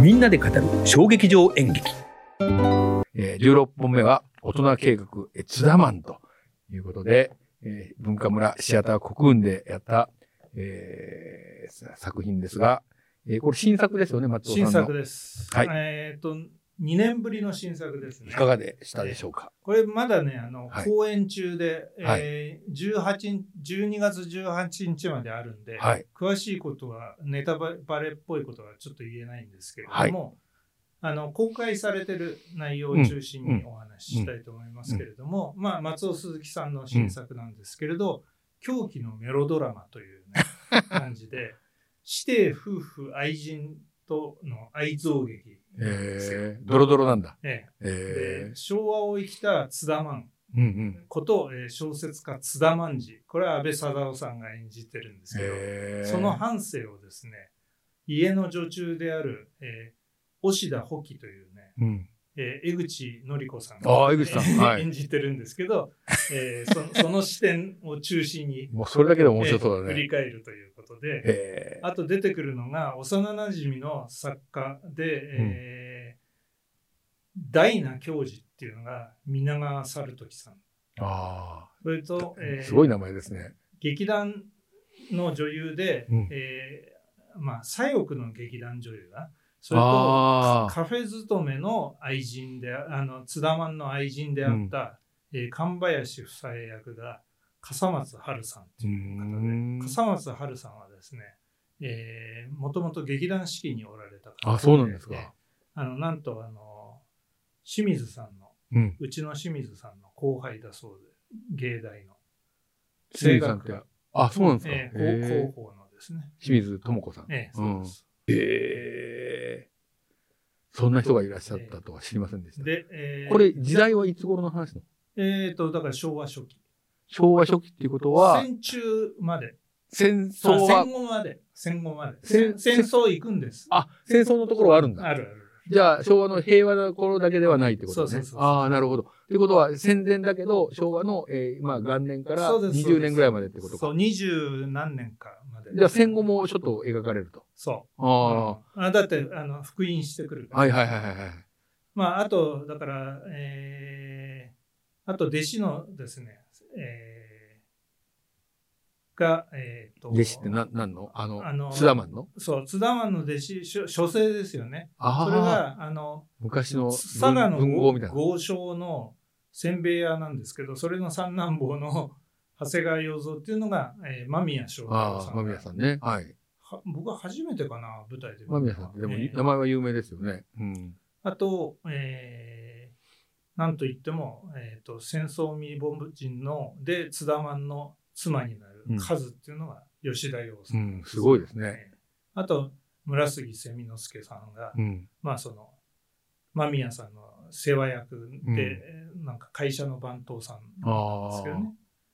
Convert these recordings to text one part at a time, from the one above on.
みんなで語る小劇場演劇。16本目は大人計画津田マンということで、文化村シアター国運でやった、作品ですが、これ新作ですよね、松尾さんの。 新作です。 はい。 2年ぶりの新作ですね。 いかがでしたでしょうか。 これまだね、 はい、 公演中で、 はい、 12月18日まであるんで、 はい、 詳しいことは、ネタバレっぽいことはちょっと言えないんですけれども、はい、公開されてる内容を中心にお話ししたいと思いますけれども、まあ、松尾鈴木さんの新作なんですけれど、狂気のメロドラマという、ね、感じで、師弟夫婦愛人との愛憎劇。 ドロドロなんだ。 で昭和を生きた津田万こと、小説家津田万次。これは安倍貞夫さんが演じてるんですけど、その半生をですね、家の女中である、押田保樹というね、江口のり子さんが、演じてるんですけど、その視点を中心にもうそれだけでも面白そうだね。 振り返るということで、あと出てくるのが幼なじみの作家で、ダイナ教授っていうのが皆川猿時さん。それと、 すごい名前ですね。 劇団の女優で、まあ左翼の劇団女優が。それとカフェ勤めの愛人で津田万の愛人であった、神林夫妻役が笠松春さんという方で、笠松春さんはですね、もともと劇団四季におられた方で、 そうなんですか。 なんと清水さんの、うちの清水さんの後輩だそうで、芸大の声楽家。そうなんですか。 広報のですね。 清水智子さん。 そうです。 そんな人がいらっしゃったとは知りませんでした。これ時代はいつ頃の話の？ だから昭和初期。 昭和初期っていうことは戦中まで。 戦争は戦後まで。戦争行くんです。 戦争のところはあるんだ。 ある。 じゃあ昭和の平和な頃だけではないってことね。なるほど。ということは戦前だけど昭和の元年から20年ぐらいまでってことか。 そう、20何年かまで。 じゃあ戦後もちょっと描かれると。 そう。だって復員してくるから。まああとだからあと弟子のですねが弟子って何の津田万の？ そう、津田万の弟子書生ですよね。それが昔の佐賀の豪商のせんべい屋なんですけど、それの三男坊の長谷川洋蔵っていうのが間宮祥太朗さん。 間宮さんね。はい。 僕は初めてかな、舞台で。 間宮さんってでも名前は有名ですよね。 あとなんといっても戦争未亡人で津田万の妻になる数っていうのが吉田洋さん、 すごいですね。 あと村杉蝉之助さんが、まあその間宮さんの世話役で、なんか会社の番頭さんなんですけどね。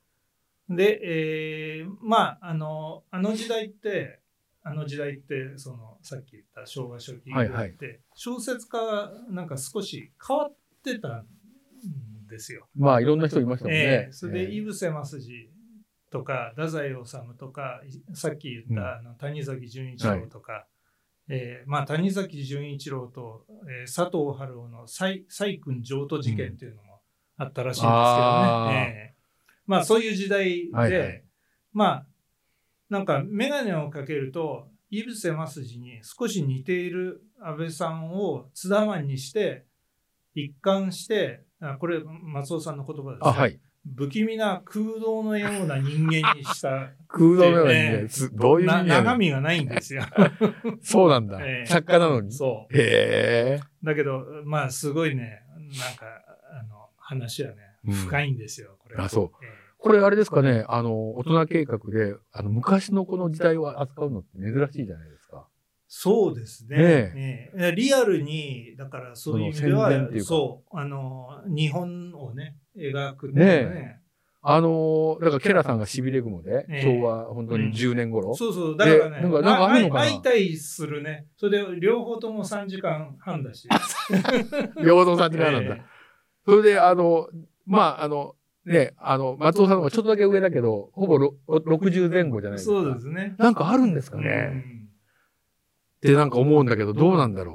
で、まああの時代ってそのさっき言った昭和初期ぐらいって小説家がなんか少し変わってたんですよ。 まあいろんな人いましたもんね。 それで井伏正治とか太宰治とかさっき言った谷崎潤一郎とか、まあ谷崎潤一郎と、佐藤春夫の細君譲渡事件っていうのもあったらしいんですけどね。まあそういう時代で、まあなんか眼鏡をかけると井伏正治に少し似ている安倍さんを津田万にして一貫して、これ松尾さんの言葉ですね。不気味な空洞のような人間にした空洞のような人間、どういう意味中身がないんですよ。 そうなんだ。作家なのに。 そう。だけどまあすごいね、なんか話はね深いんですよ、これ。 そう。これあれですかね、大人計画で昔のこの時代を扱うのって珍しいじゃないですか。 そうですね。リアルにだからそういう意味ではそう日本をね描くね。 だからケラさんがしびれ雲で、昭和本当に10年頃。 そう。だからね、会いたいするね。それで両方とも3時間半だし。 両方とも3時間半なんだ。それでまあ松尾さんがちょっとだけ上だけど、ほぼ60前後じゃないですか。 そうですね。 なんかあるんですかね。ってなんか思うんだけど、どうなんだろう。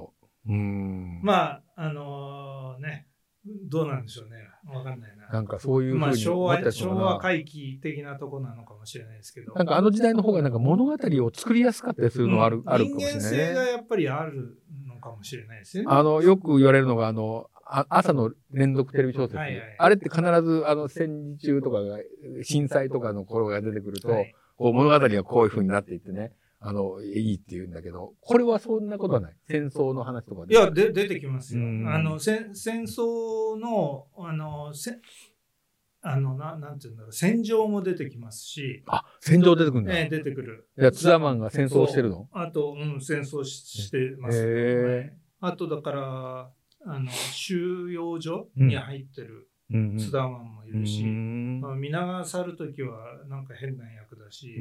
まあ、ね、どうなんでしょうね。わかんないな。 なんかそういうふうに昭思った昭和回帰的なとこなのかもしれないですけど。 なんかあの時代の方がなんか物語を作りやすかったりするのはあるかもしれないね。 人間性がやっぱりあるのかもしれないですね。 よく言われるのが、朝の連続テレビ小説。あれって必ず、戦時中とかが、震災とかの頃が出てくると、こう物語がこういう風になっていってね、いいって言うんだけど、これはそんなことはない。戦争の話とかで。いや、出てきますよ。戦争の、なんていうんだろう、戦場も出てきますし。 戦場出てくるんだ。 出てくる。 いや、津田マンが戦争してるの？ あと、戦争してます。あと、だから、収容所に入ってる津田マンもいるし、皆川去るときはなんか変な役だし、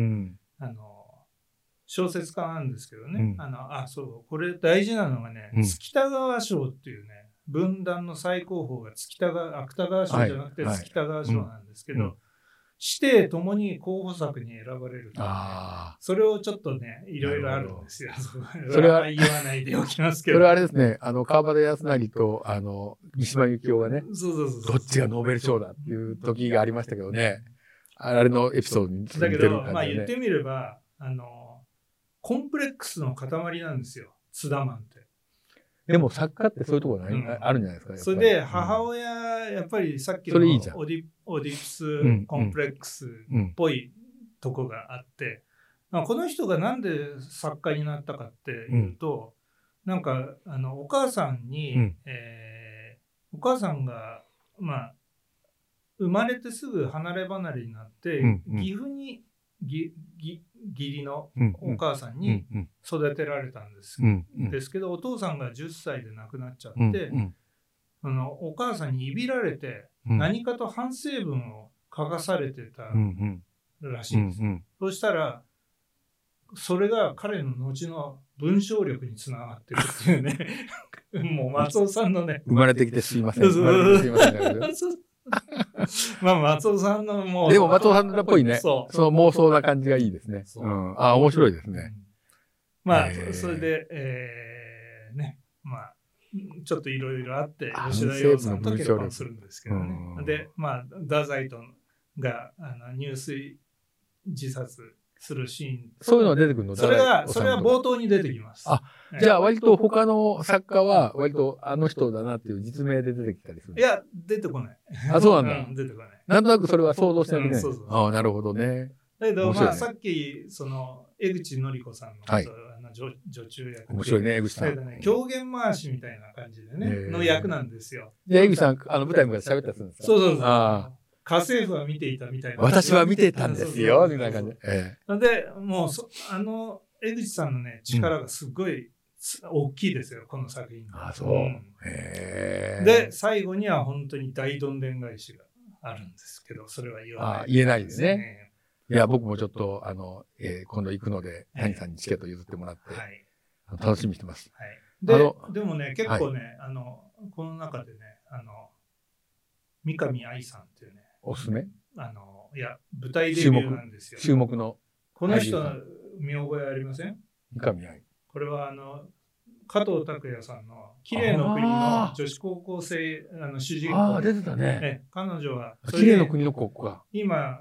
小説家なんですけどね、そう、これ大事なのがね、月田川賞っていうね、文壇の最高峰が芥川賞じゃなくて月田川賞なんですけど、指定ともに候補作に選ばれると、それをちょっとね、いろいろあるんですよ。それは言わないでおきますけど。 それはあれですね、川端康成と、三島由紀夫がね、どっちがノーベル賞だっていう時がありましたけどね、あれのエピソードに似てる感じで、ね。 だけど、言ってみれば、コンプレックスの塊なんですよ、津田マンって。 でも作家ってそういうところないあるんじゃないですか。 それで母親、やっぱりさっきのオディプスコンプレックスっぽいとこがあって、この人がなんで作家になったかっていうと、なんかお母さんに、お母さんが生まれてすぐ離れ離れになって、岐阜に義理のお母さんに育てられたんですけど、お父さんが10歳で亡くなっちゃって、お母さんにいびられて何かと反省文を書かされてたらしいんです。そしたらそれが彼の後の文章力につながってるっていうねもう松尾さんのね、 生まれてきてすいません。 松尾さんのもう。 でも松尾さんっぽいね。その妄想な感じがいいですね。面白いですね。 それで、ね、ちょっといろいろあって、吉田羊さんと結婚するんですけどね。で、太宰とが入水自殺するシーン。 そういうのが出てくるの？ それは冒頭に出てきます。 じゃあ割と他の作家は割とあの人だなっていう実名で出てきたりする？ いや、出てこない。 そうなんだ。 出てこない。 なんとなくそれは想像してなきゃいけない。なるほどね。 だけど、さっき、江口のり子さんの女中役で。 面白いね、江口さん。 狂言回しみたいな感じでね、の役なんですよ。 で、江口さん、舞台向かって喋ったりするんですか？ そう。家政婦は見ていたみたいな。 私は見てたんですよ、みたいな感じで。で、もう、江口さんのね、力がすごい大きいですよ、この作品。 そう。 で、最後には本当に大どんでん返しがあるんですけど、それは言えないですね。いや、僕もちょっと、今度行くので、谷さんにチケット譲ってもらって、楽しみにしてます。 でもね、結構ね、この中でね、三上愛さんっていうね、 おすすめ？ いや、舞台デビューなんですよ。 注目の。 この人、見覚えありません？ 三上愛。 これは、加藤拓也さんの綺麗の国の女子高校生主人公。 出てたね。 彼女は綺麗の国の子か。 今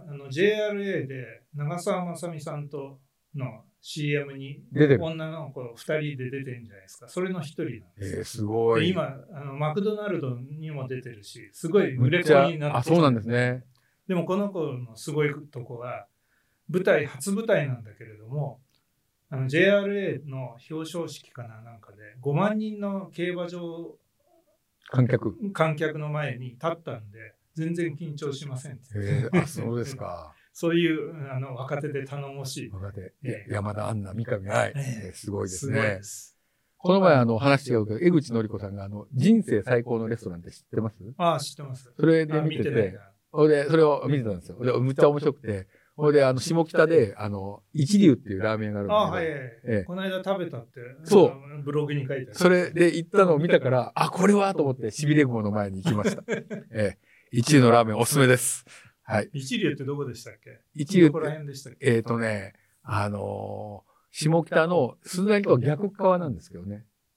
JRA で長澤まさみさんとの CM に女の子2人で出てるんじゃないですか。それの1人なんです。 すごい。 今マクドナルドにも出てるし、すごい売れっ子になってそうなんですね。 でもこの子のすごいとこは初舞台なんだけれども、JRA の表彰式かなんかで5万人の競馬場観客の前に立ったんで全然緊張しませんって。 そうですか。 そういう若手で頼もしい。 若手。山田杏奈、三上愛。すごいですね。この前話違うけど、江口のり子さんが人生最高のレストランって知ってます？ 知ってます。 それで見てて、それを見てたんですよ。で、むっちゃ面白くて、下北で、一流っていうラーメン屋があるんですよ。この間食べたって、ブログに書いてある。 それで行ったのを見たから、これはと思って、しびれ雲の前に行きました。一流のラーメンおすすめです。はい。 一流ってどこでしたっけ？ 一流って、 どこら辺でしたっけ？ 下北の、鈴なりとは逆側なんですけどね。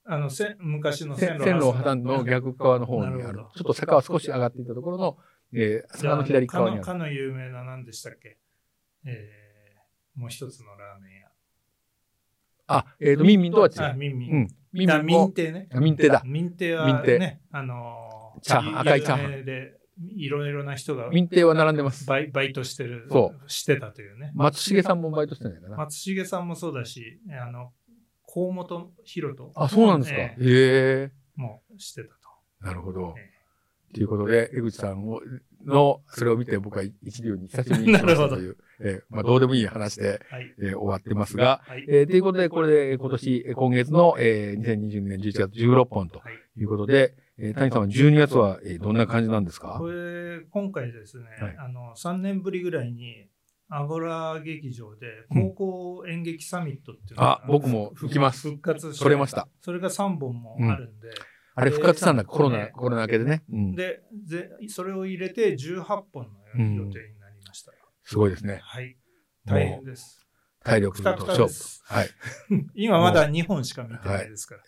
昔の線路を挟んの逆側の方にある。ちょっと坂は少し上がっていったところの、坂の左側にある。 かの有名な何でしたっけ、もう一つのラーメン屋。 ミンミンとは違う。 ミンミン。 うん。 ミンテね。 ミンテだ。 ミンテはね、 チャーハン、赤いチャーハン。 で、いろいろな人が。 ミンテは並んでます。 バイトしてる。してたというね。 松重さんもバイトしてないかな。 松重さんもそうだし、河本博人。 そうなんですか。へえ。 もうしてたと。 なるほど。ということで、江口さんの、それを見て僕は一流に久しぶりに来ましたという、どうでもいい話で、終わってますが、ということで、これで今月の、2022年11月16本ということで、谷さんは12月はどんな感じなんですか？ これ、今回ですね、3年ぶりぐらいに、アゴラ劇場で高校演劇サミットっていうのが、 僕も行きます。 復活して。 取れました。 それが3本もあるんで、 あれ復活したんだ、コロナ明けでね。 で、それを入れて18本の予定になりました。 すごいですね。 はい。大変です。 体力と勝負。はい。 今まだ2本しか見てないですから。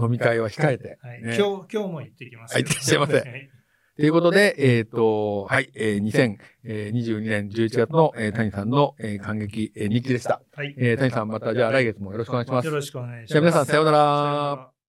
飲み会は控えて。 今日も行ってきます。 はい、いってらっしゃいませ。ということで、はい、2022年11月の谷さんの感激日記でした。はい。谷さんまたじゃあ来月もよろしくお願いします。 よろしくお願いします。 じゃあ皆さんさようなら。